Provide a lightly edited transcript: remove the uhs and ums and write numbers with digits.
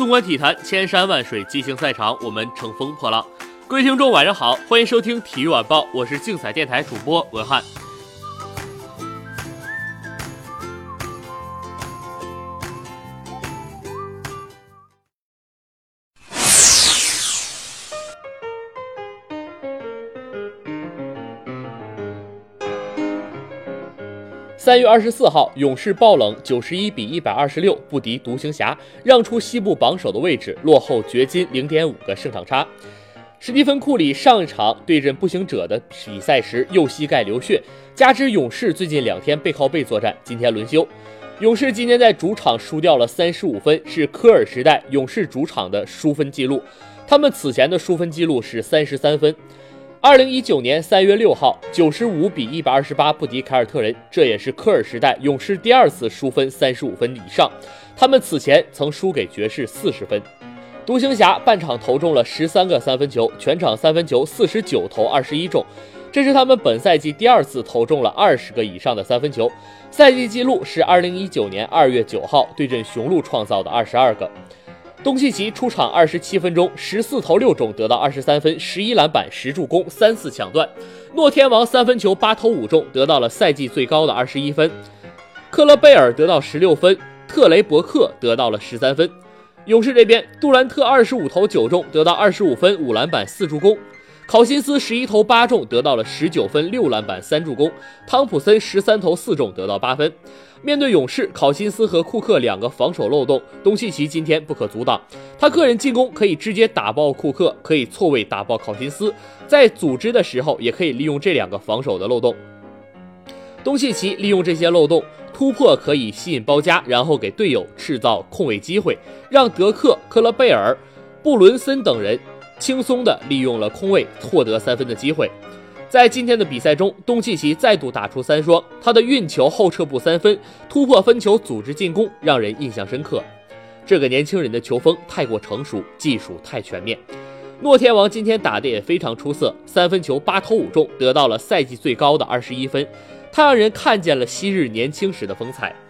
纵观体坛，千山万水，激情赛场，我们乘风破浪。各位听众晚上好，欢迎收听体育晚报，我是竞彩电台主播文翰。3月24号，勇士爆冷91比126不敌独行侠，让出西部榜首的位置，落后掘金 0.5 个胜场差。史蒂芬·库里上一场对阵步行者的比赛时右膝盖流血，加之勇士最近2天背靠背作战，今天轮休。勇士今天在主场输掉了35分，是科尔时代勇士主场的输分记录，他们此前的输分记录是33分。2019年3月6号，95比128不敌凯尔特人，这也是科尔时代勇士第2次输分35分以上，他们此前曾输给爵士40分。独行侠半场投中了13个三分球，全场三分球49投21中，这是他们本赛季第2次投中了20个以上的三分球，赛季纪录是2019年2月9号对阵雄鹿创造的22个。东契奇出场27分钟，14投6中，得到23分、11篮板、10助攻、3次抢断。诺天王3分球8投5中，得到了赛季最高的21分。克勒贝尔得到16分，特雷伯克得到了13分。勇士这边，杜兰特25投9中，得到25分、5篮板、4助攻。考辛斯11投8中，得到了19分、6篮板、3助攻。汤普森13投4中，得到8分。面对勇士，考辛斯和库克2个防守漏洞，东契奇今天不可阻挡，他个人进攻可以直接打爆库克，可以错位打爆考辛斯，在组织的时候也可以利用这2个防守的漏洞。东契奇利用这些漏洞突破，可以吸引包夹，然后给队友制造空位机会，让德克、克勒贝尔、布伦森等人轻松地利用了空位获得3分的机会。在今天的比赛中，东契奇再度打出3双，他的运球后撤步3分，突破分球组织进攻，让人印象深刻。这个年轻人的球风太过成熟，技术太全面。诺天王今天打得也非常出色，3分球8投5中，得到了赛季最高的21分，他让人看见了昔日年轻时的风采。